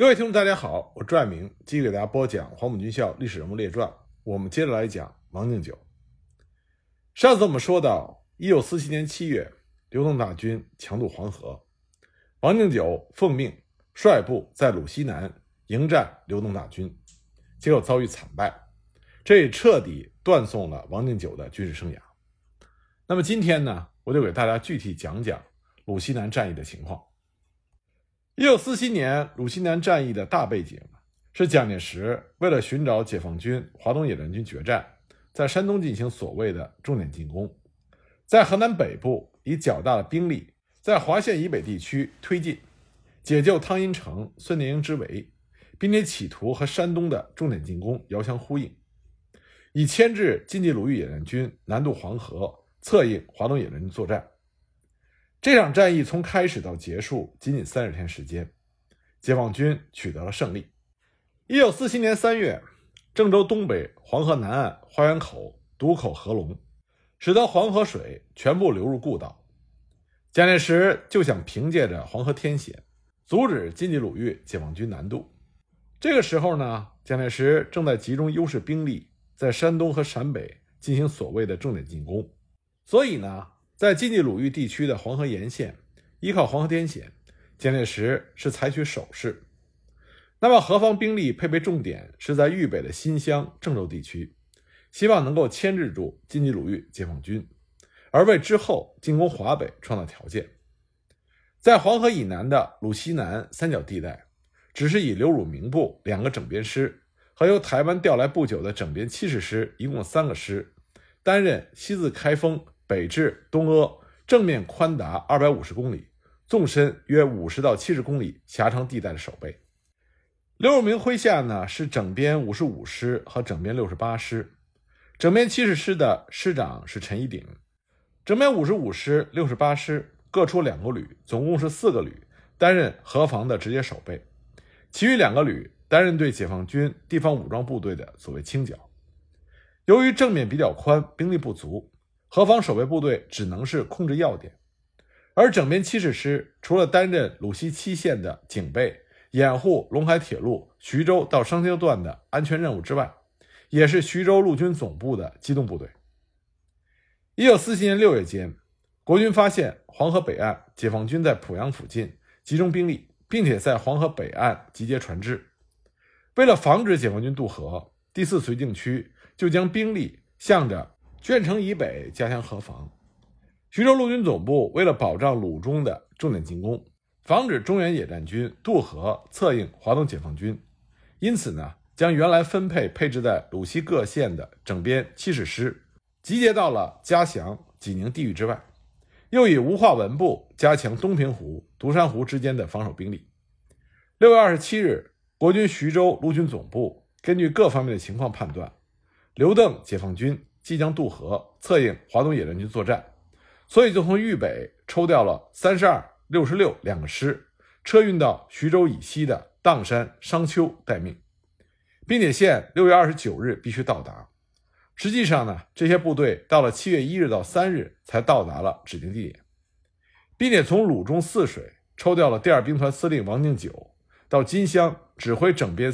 各位听众大家好，我朱爱明继续给大家播讲黄埔军校历史人物列传，我们接着来讲王敬久。上次我们说到1947年7月，刘邓大军强渡黄河，王敬久奉命率部在鲁西南迎战刘邓大军，结果遭遇惨败，这也彻底断送了王敬久的军事生涯。那么今天呢，我就给大家具体讲讲鲁西南战役的情况。1947年鲁西南战役的大背景是蒋介石为了寻找解放军华东野战军决战，在山东进行所谓的重点进攻，在河南北部以较大的兵力在华县以北地区推进，解救汤阴城、孙连营之围，并且企图和山东的重点进攻遥相呼应，以牵制晋冀鲁豫野战军南渡黄河，策应华东野战军作战。这场战役从开始到结束仅仅30天时间，解放军取得了胜利。1947年3月，郑州东北黄河南岸花园口堵口合龙，使得黄河水全部流入故岛。蒋介石就想凭借着黄河天险阻止晋冀鲁豫解放军南渡。这个时候呢，蒋介石正在集中优势兵力在山东和陕北进行所谓的重点进攻，所以呢，在晋冀鲁豫地区的黄河沿线，依靠黄河天险，蒋介石是采取守势。那么何方兵力配备重点是在豫北的新乡、郑州地区，希望能够牵制住晋冀鲁豫解放军，而为之后进攻华北创造条件。在黄河以南的鲁西南三角地带，只是以刘汝明部2个整编师和由台湾调来不久的整编70师一共3个师，担任西自开封北至东阿，正面宽达250公里，纵深约50到70公里狭长地带的守备。刘汝明麾下呢是整编55师和整编68师，整编70师的师长是陈一鼎，整编55师、68师各出2个旅，总共是4个旅担任河防的直接守备，其余2个旅担任对解放军地方武装部队的所谓清剿。由于正面比较宽，兵力不足，河防守备部队只能是控制要点，而整编70师除了担任鲁西7线的警备，掩护陇海铁路徐州到商丘段的安全任务之外，也是徐州陆军总部的机动部队。1947年6月间，国军发现黄河北岸解放军在濮阳附近集中兵力，并且在黄河北岸集结船只。为了防止解放军渡河，第4绥靖区就将兵力向着鄄城以北加强河防。徐州陆军总部为了保障鲁中的重点进攻，防止中原野战军渡河策应华东解放军，因此呢，将原来配置在鲁西各县的整编70师集结到了嘉祥、济宁地域之外，又以吴化文部加强东平湖、独山湖之间的防守兵力。6月27日，国军徐州陆军总部根据各方面的情况判断，刘邓解放军即将渡河策应华东野战军作战，所以就从豫北抽调了32、66 2个师，车运到徐州以西的砀山、商丘待命，并且限6月29日必须到达。实际上呢，这些部队到了7月1日到3日才到达了指定地点，并且从鲁中泗水抽调了第2兵团司令王敬久到金乡指挥整编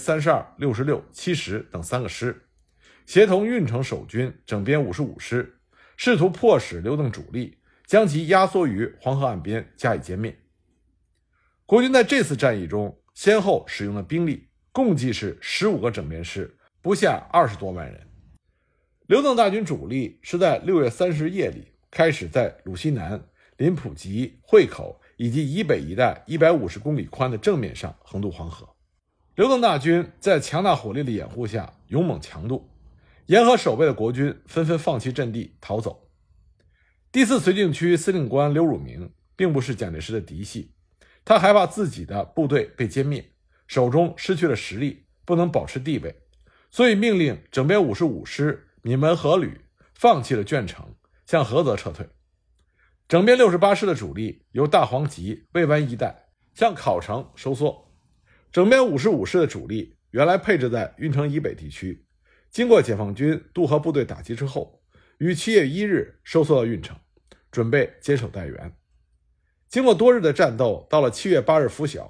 32、66、70等3个师，协同运城守军整编55师，试图迫使刘邓主力将其压缩于黄河岸边加以歼灭。国军在这次战役中先后使用的兵力共计是15个整编师，不下20多万人。刘邓大军主力是在6月30日夜里开始在鲁西南、临普吉、会口以及以北一带150公里宽的正面上横渡黄河。刘邓大军在强大火力的掩护下勇猛强渡，沿河守备的国军纷纷放弃阵地逃走。第4绥靖区司令官刘汝明并不是蒋介石的嫡系，他害怕自己的部队被歼灭，手中失去了实力，不能保持地位，所以命令整编55师闽门河旅放弃了鄄城，向菏泽撤退。整编68师的主力由大黄集、魏湾一带向考城收缩。整编55师的主力原来配置在运城以北地区，经过解放军渡河部队打击之后，于7月1日收缩到运城，准备坚守待援。经过多日的战斗，到了7月8日拂晓，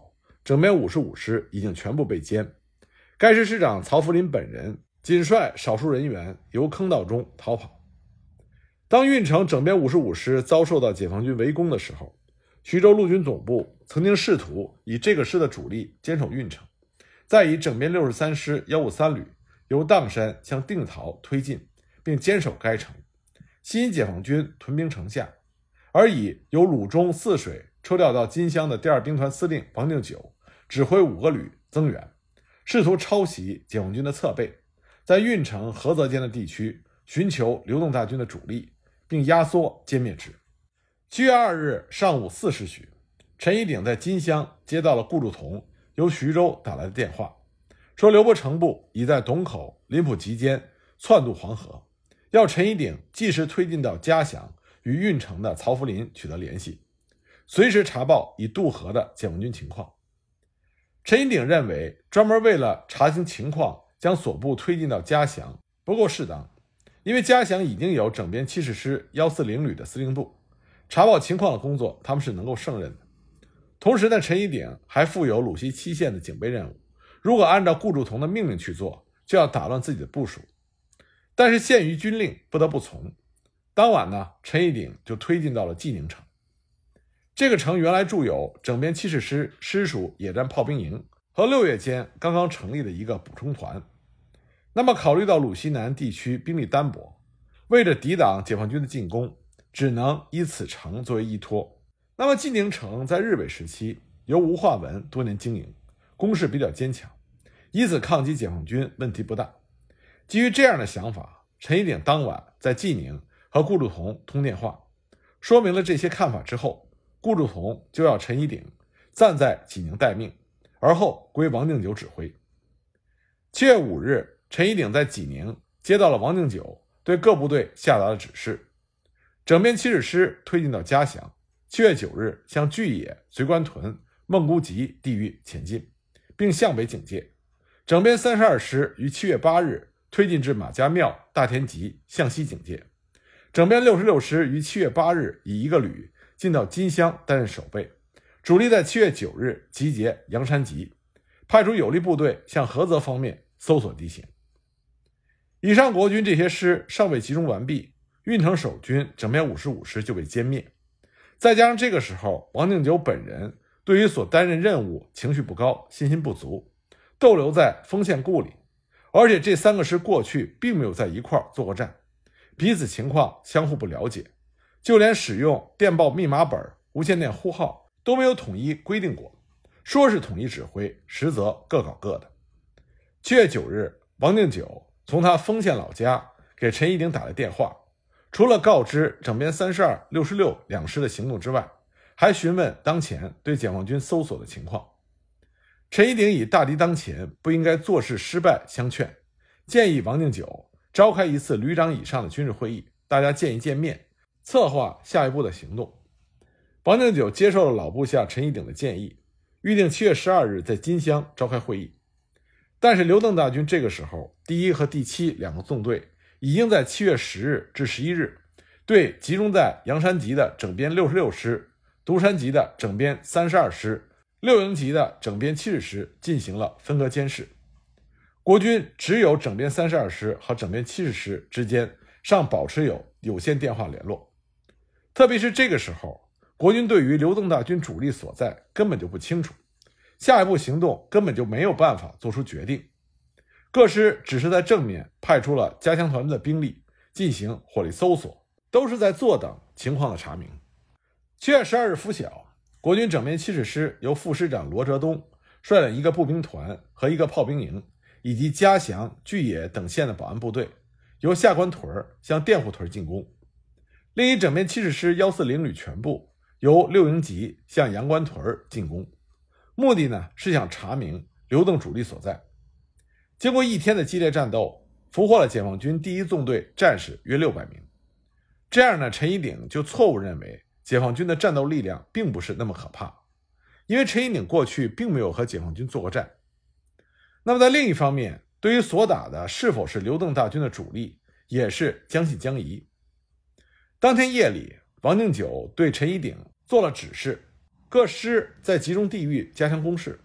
整编55师已经全部被歼，该师师长曹福林本人仅率少数人员由坑道中逃跑。当运城整编55师遭受到解放军围攻的时候，徐州陆军总部曾经试图以这个师的主力坚守运城，再以整编63师153旅由砀山向定陶推进，并坚守该城，吸引解放军屯兵城下，而以由鲁中泗水抽调到金乡的第2兵团司令王定久指挥5个旅增援，试图抄袭解放军的侧背，在运城菏泽间的地区寻求流动大军的主力，并压缩歼灭之。7月2日上午4时许，陈一鼎在金乡接到了顾祝同由徐州打来的电话，说刘伯承部已在董口、临浦集间窜渡黄河，要陈一鼎即时推进到嘉祥，与运城的曹福林取得联系，随时查报已渡河的解放军情况。陈一鼎认为专门为了查清情况将所部推进到嘉祥不够适当，因为嘉祥已经有整编70师140旅的司令部，查报情况的工作他们是能够胜任的。同时呢，陈一鼎还负有鲁西七县的警备任务，如果按照顾祝同的命令去做，就要打乱自己的部署。但是限于军令，不得不从。当晚呢，陈一鼎就推进到了济宁城。这个城原来驻有整编70师师属野战炮兵营和6月间刚刚成立的一个补充团。那么考虑到鲁西南地区兵力单薄，为了抵挡解放军的进攻，只能以此城作为依托。那么济宁城在日伪时期由吴化文多年经营，攻势比较坚强，以此抗击解放军问题不大。基于这样的想法，陈一鼎当晚在济宁和顾祝同通电话，说明了这些看法之后，顾祝同就要陈一鼎暂在济宁待命，而后归王定久指挥。7月5日，陈一鼎在济宁接到了王定久对各部队下达的指示，整编70师推进到嘉祥，7月9日向巨野、随关屯、孟姑集地域前进，并向北警戒。整编32师于7月8日推进至马家庙、大田集，向西警戒。整编66师于7月8日以一个旅进到金乡担任守备，主力在7月9日集结阳山集，派出有力部队向菏泽方面搜索地形。以上国军这些师尚未集中完毕，运城守军整编55师就被歼灭。再加上这个时候王定久本人对于所担任任务情绪不高，信心不足，逗留在丰县故里，而且这3个师过去并没有在一块做过战，彼此情况相互不了解，就连使用电报密码本、无线电呼号都没有统一规定过，说是统一指挥，实则各搞各的。7月9日，王定久从他丰县老家给陈一鼎打来电话，除了告知整编32、66两师的行动之外，还询问当前对解放军搜索的情况。陈一鼎以大敌当前，不应该坐视失败相劝，建议王定久召开一次旅长以上的军事会议，大家见一见面，策划下一步的行动。王定久接受了老部下陈一鼎的建议，预定7月12日在金乡召开会议。但是刘邓大军这个时候第1和第7两个纵队已经在7月10日至11日对集中在阳山集的整编66师、独山集的整编32师、六营集的整编70师进行了分割监视。国军只有整编32师和整编70师之间尚保持有线电话联络。特别是这个时候，国军对于刘邓大军主力所在根本就不清楚，下一步行动根本就没有办法做出决定。各师只是在正面派出了加强团的兵力进行火力搜索，都是在坐等情况的查明。7月12日拂晓，国军整编70师由副师长罗哲东率领一个步兵团和一个炮兵营，以及嘉祥、巨野等县的保安部队，由下关屯向佃户屯进攻。另一整编70师140旅全部由六营集向阳关屯进攻，目的呢是想查明刘邓主力所在。经过一天的激烈战斗，俘获了解放军第1纵队战士约600名。这样呢，陈一鼎就错误认为解放军的战斗力量并不是那么可怕，因为陈一鼎过去并没有和解放军做过战。那么在另一方面，对于所打的是否是刘邓大军的主力，也是将信将疑。当天夜里，王定久对陈一鼎做了指示，各师在集中地域加强攻势，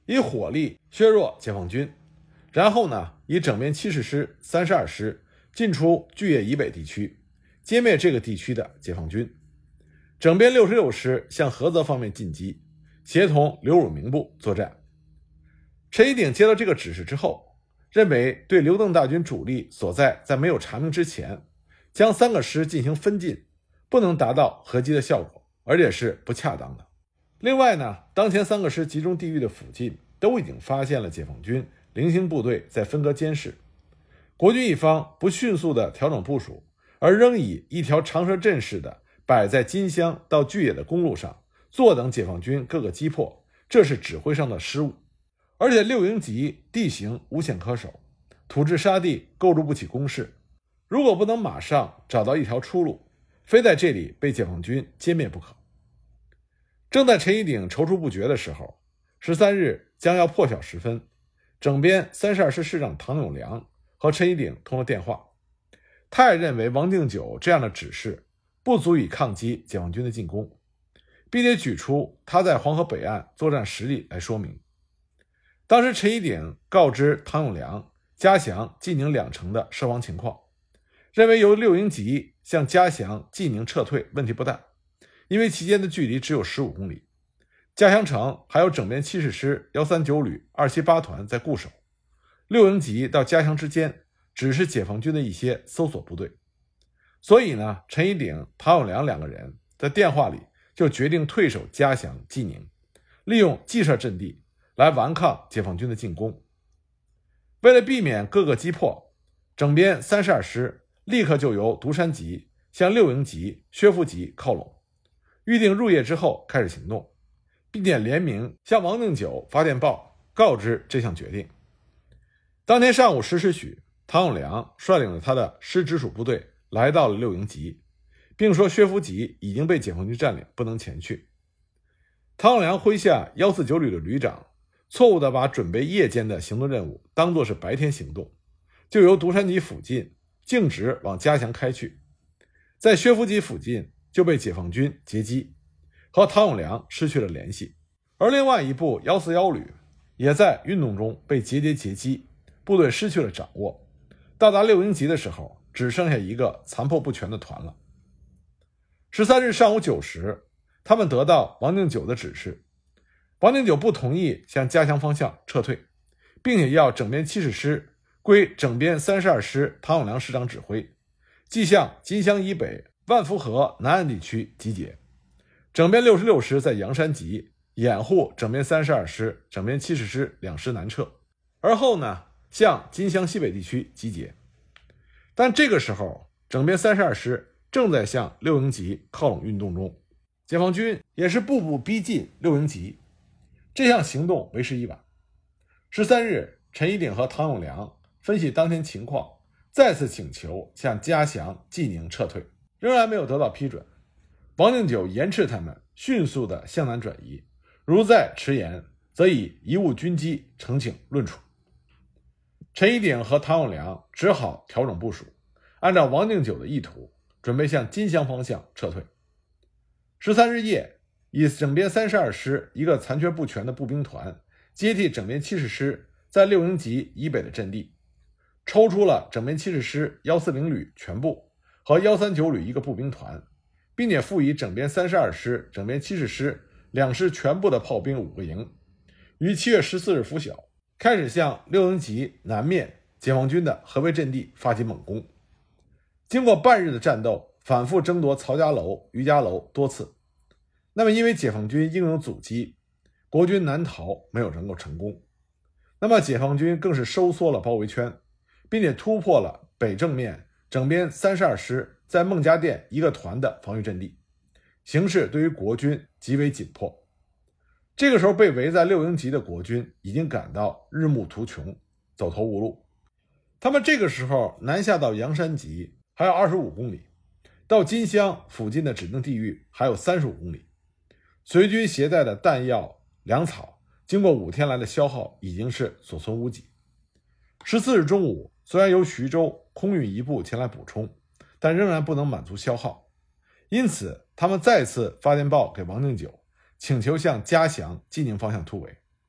以火力削弱解放军，然后呢，以整编70师、32师进出巨野以北地区，歼灭这个地区的解放军。整编66师向菏泽方面进击，协同刘汝明部作战。陈一鼎接到这个指示之后，认为对刘邓大军主力所在没有查明之前，将3个师进行分进，不能达到合击的效果，而且是不恰当的。另外呢，当前3个师集中地域的附近都已经发现了解放军零星部队在分割监视，国军一方不迅速的调整部署，而仍以一条长蛇阵式的摆在金乡到巨野的公路上，坐等解放军各个击破，这是指挥上的失误。而且六营集地形无险可守，土质沙地构筑不起工事，如果不能马上找到一条出路，非在这里被解放军歼灭不可。正在陈一鼎踌躇不决的时候，13日将要破晓时分，整编32师师长唐永良和陈一鼎通了电话。他也认为王定久这样的指示不足以抗击解放军的进攻，并且举出他在黄河北岸作战实力来说明。当时陈一鼎告知唐永良嘉祥、济宁2城的设防情况，认为由六营集向嘉祥、济宁撤退问题不大，因为其间的距离只有15公里，嘉祥城还有整编70师139旅278团在固守，六营集到嘉祥之间只是解放军的一些搜索部队。所以呢，陈一鼎、唐永良2个人在电话里就决定退守嘉祥、济宁，利用既设阵地来顽抗解放军的进攻。为了避免各个击破，整编32师立刻就由独山集向六营集、薛福集靠拢，预定入夜之后开始行动，并且联名向王定久发电报告知这项决定。当天上午10时许，唐永良率领了他的师直属部队来到了六营集，并说薛福集已经被解放军占领，不能前去。唐永良麾下149旅的旅长错误地把准备夜间的行动任务当作是白天行动，就由独山集附近径直往嘉祥开去，在薛福集附近就被解放军截击，和唐永良失去了联系。而另外一部141旅也在运动中被截击，部队失去了掌握，到达六营集的时候只剩下一个残破不全的团了。13日上午9时，他们得到王定久的指示，王定久不同意向嘉祥方向撤退，并且要整编70师归整编32师唐永良师长指挥，即向金乡以北万福河南岸地区集结。整编66师在阳山集掩护整编32师、整编70师2师南撤，而后呢向金乡西北地区集结。但这个时候整编32师正在向六营集靠拢运动中，解放军也是步步逼近六营集，这项行动为时已晚。13日，陈一鼎和唐永良分析当前情况，再次请求向嘉祥、济宁撤退，仍然没有得到批准。王定久严斥他们迅速的向南转移，如再迟延，则以贻误军机呈请论处。陈一鼎和唐永良只好调整部署，按照王定久的意图，准备向金乡方向撤退。13日夜，以整编32师一个残缺不全的步兵团接替整编70师在六营集以北的阵地，抽出了整编70师140旅全部和139旅一个步兵团，并且赋予整编32师、整编70师2师全部的炮兵5个营，于7月14日拂晓开始向六营集南面解放军的合围阵地发起猛攻。经过半日的战斗，反复争夺曹家楼、余家楼多次，那么因为解放军应有阻击，国军南逃没有能够成功，那么解放军更是收缩了包围圈，并且突破了北正面整编32师在孟家店一个团的防御阵地，形势对于国军极为紧迫。这个时候被围在六营集的国军已经感到日暮途穷，走投无路。他们这个时候南下到阳山集还有25公里，到金乡附近的指定地域还有35公里，随军携带的弹药、粮草经过5天来的消耗已经是所存无几。14日中午，虽然由徐州空运一部前来补充，但仍然不能满足消耗，因此他们再次发电报给王定久，请求向嘉祥、济宁方向突围。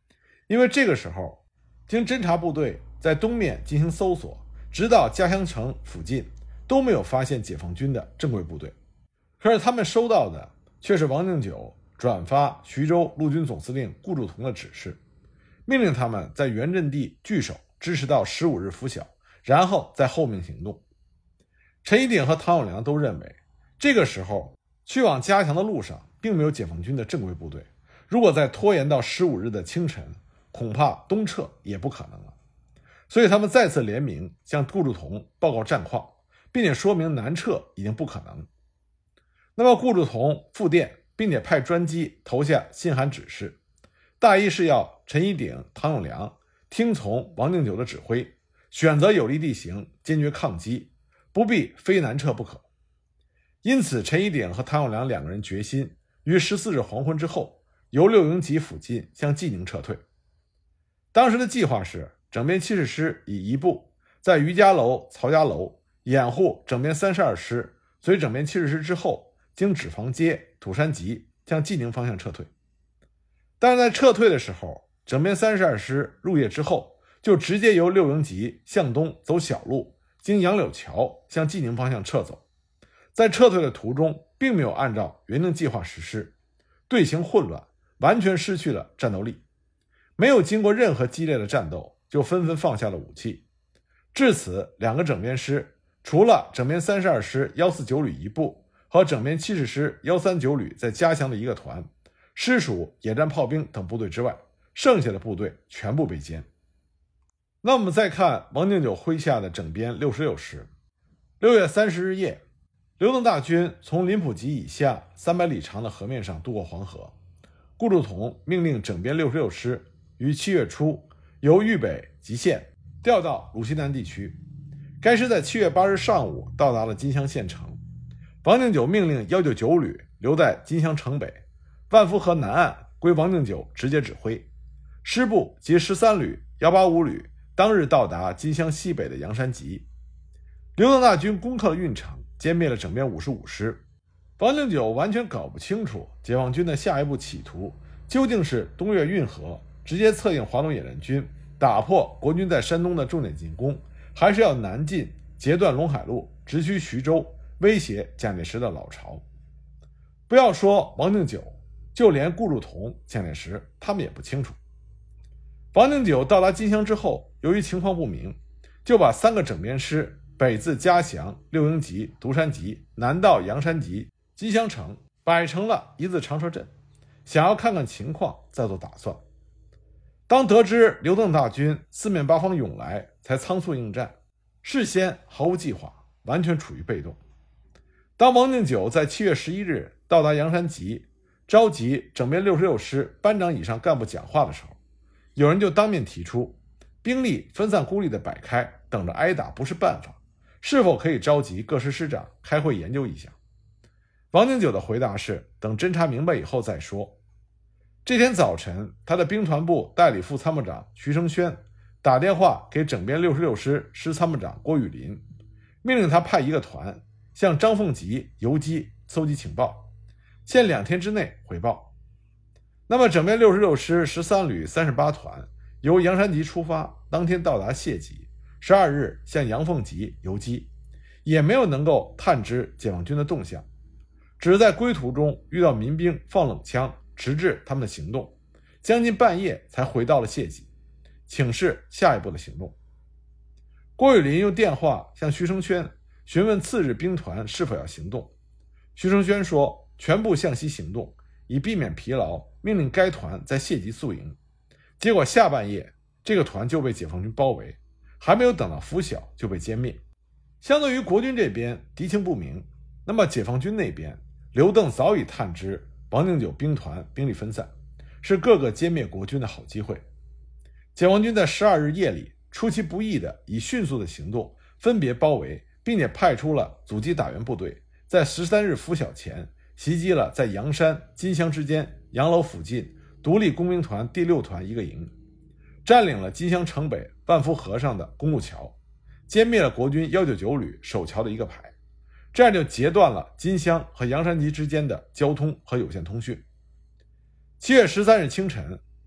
因为这个时候经侦察部队在东面进行搜索，直到嘉乡城附近都没有发现解放军的正规部队。可是他们收到的却是王敬久转发徐州陆军总司令顾祝同的指示，命令他们在原阵地据守，支持到15日拂晓，然后再后命行动。陈一鼎和唐友良都认为，这个时候去往嘉祥的路上并没有解放军的正规部队，如果再拖延到15日的清晨，恐怕东撤也不可能了。所以他们再次联名向顾祝同报告战况，并且说明南撤已经不可能。那么顾祝同复电，并且派专机投下信函指示，大意是要陈一鼎、唐永良听从王敬久的指挥，选择有利地形，坚决抗击，不必非南撤不可。因此陈一鼎和唐永良两个人决心于14日黄昏之后由六营集附近向济宁撤退。当时的计划是，整编70师以一部在于家楼、曹家楼掩护整编32师随整编70师之后，经纸坊街、土山集向济宁方向撤退。但是在撤退的时候，整编32师入夜之后就直接由六营集向东走小路，经杨柳桥向济宁方向撤走。在撤退的途中并没有按照原定计划实施，队形混乱，完全失去了战斗力，没有经过任何激烈的战斗就纷纷放下了武器。至此，两个整编师除了整编32师149旅一部和整编70师139旅在嘉祥的一个团，师属野战炮兵等部队之外，剩下的部队全部被歼。那我们再看王敬久麾下的整编66师。6月30日夜，刘邓大军从临浦集以下300里长的河面上渡过黄河。顾祝同命令整编66师于7月初由豫北吉县调到鲁西南地区。该师在7月8日上午到达了金乡县城。王敬久命令199旅留在金乡城北，万福河南岸归王敬久直接指挥。师部及13旅、185旅当日到达金乡西北的阳山集。刘邓大军攻克了运城，歼灭了整编55师。王敬久完全搞不清楚解放军的下一步企图究竟是东越运河，直接策应华东野战军，打破国军在山东的重点进攻，还是要南进截断陇海路，直趋徐州，威胁蒋介石的老巢。不要说王敬久，就连顾祝同、蒋介石他们也不清楚。王敬久到达金乡之后，由于情况不明，就把3个整编师北自嘉祥、六营集、独山集，南到阳山集、金乡城，摆成了一字长蛇阵，想要看看情况再做打算。当得知刘邓大军四面八方涌来，才仓促应战，事先毫无计划，完全处于被动。当王敬久在7月11日到达阳山集，召集整编66师班长以上干部讲话的时候，有人就当面提出，兵力分散孤立的摆开，等着挨打不是办法，是否可以召集各师师长开会研究一下？王敬久的回答是，等侦查明白以后再说。这天早晨，他的兵团部代理副参谋长徐生轩打电话给整编66师师参谋长郭雨林，命令他派一个团向张凤吉游击搜集情报，限2天之内回报。那么整编66师13旅38团由阳山集出发，当天到达谢集，12日向阳凤集游击，也没有能够探知解放军的动向，只是在归途中遇到民兵放冷枪迟滞他们的行动，将近半夜才回到了谢集，请示下一步的行动。郭雨林用电话向徐生轩询问次日兵团是否要行动。徐生轩说全部向西行动，以避免疲劳，命令该团在谢集宿营。结果下半夜这个团就被解放军包围，还没有等到拂晓就被歼灭。相对于国军这边敌情不明，那么解放军那边刘邓早已探知王敬久兵团兵力分散，是各个歼灭国军的好机会。解放军在12日夜里出其不意的以迅速的行动分别包围，并且派出了阻击打援部队，在13日拂晓前袭击了在阳山、金乡之间杨楼附近独立工兵团第6团一个营，占领了金乡城北万福河上的公路桥，歼灭了国军199旅守桥的一个排，这样就截断了金乡和阳山集之间的交通和有线通讯。7月13日清晨，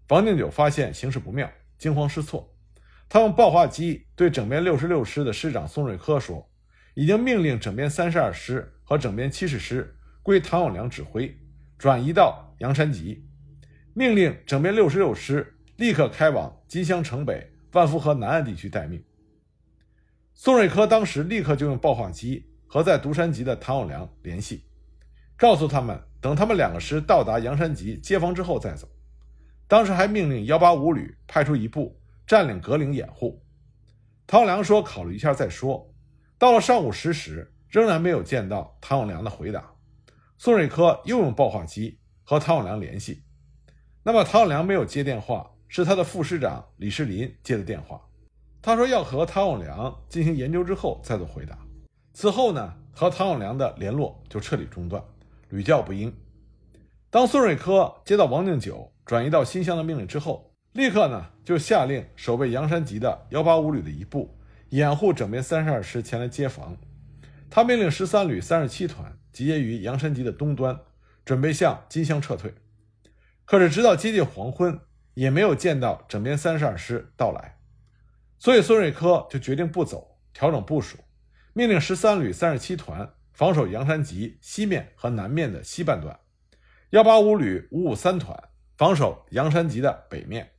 王定久发现形势不妙，惊慌失措。他用报话机对整编66师的师长宋瑞珂说，已经命令整编32师和整编70师归唐永良指挥，转移到阳山集，命令整编66师立刻开往金乡城北万福河南岸地区待命。宋瑞珂当时立刻就用报话机和在独山集的唐永良联系，告诉他们等他们2个师到达阳山集接防之后再走。当时还命令185旅派出一部占领格岭掩护。唐永良说考虑一下再说。到了上午10时，仍然没有见到唐永良的回答。宋瑞珂又用报话机和唐永良联系，那么唐永良没有接电话，是他的副师长李士林接的电话。他说要和唐永良进行研究之后再做回答。此后呢，和唐永良的联络就彻底中断，屡教不应。当宋瑞珂接到王定久转移到新乡的命令之后，立刻呢就下令守备阳山集的185旅的一部掩护整编32师前来接防。他命令13旅37团集结于阳山集的东端，准备向金乡撤退。可是直到接近黄昏，也没有见到整编32师到来，所以宋瑞珂就决定不走，调整部署，命令13旅37团防守阳山集西面和南面的西半段，185旅553团防守阳山集的北面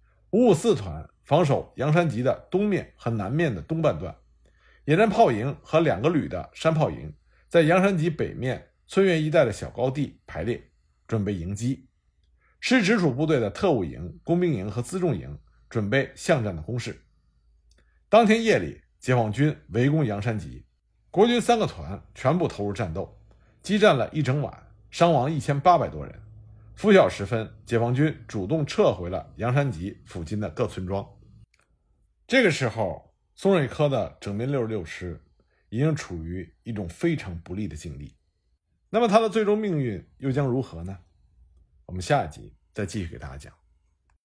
，554团防守阳山集的东面和南面的东半段。野战炮营和2个旅的山炮营在阳山集北面村院一带的小高地排列，准备迎击。师直属部队的特务营、工兵营和辎重营准备巷战的攻势。当天夜里，解放军围攻阳山集，国军3个团全部投入战斗，激战了一整晚，伤亡1800多人。拂晓时分，解放军主动撤回了阳山集附近的各村庄。这个时候，宋瑞珂的整编66师已经处于一种非常不利的境地。那么他的最终命运又将如何呢？我们下一集再继续给大家讲。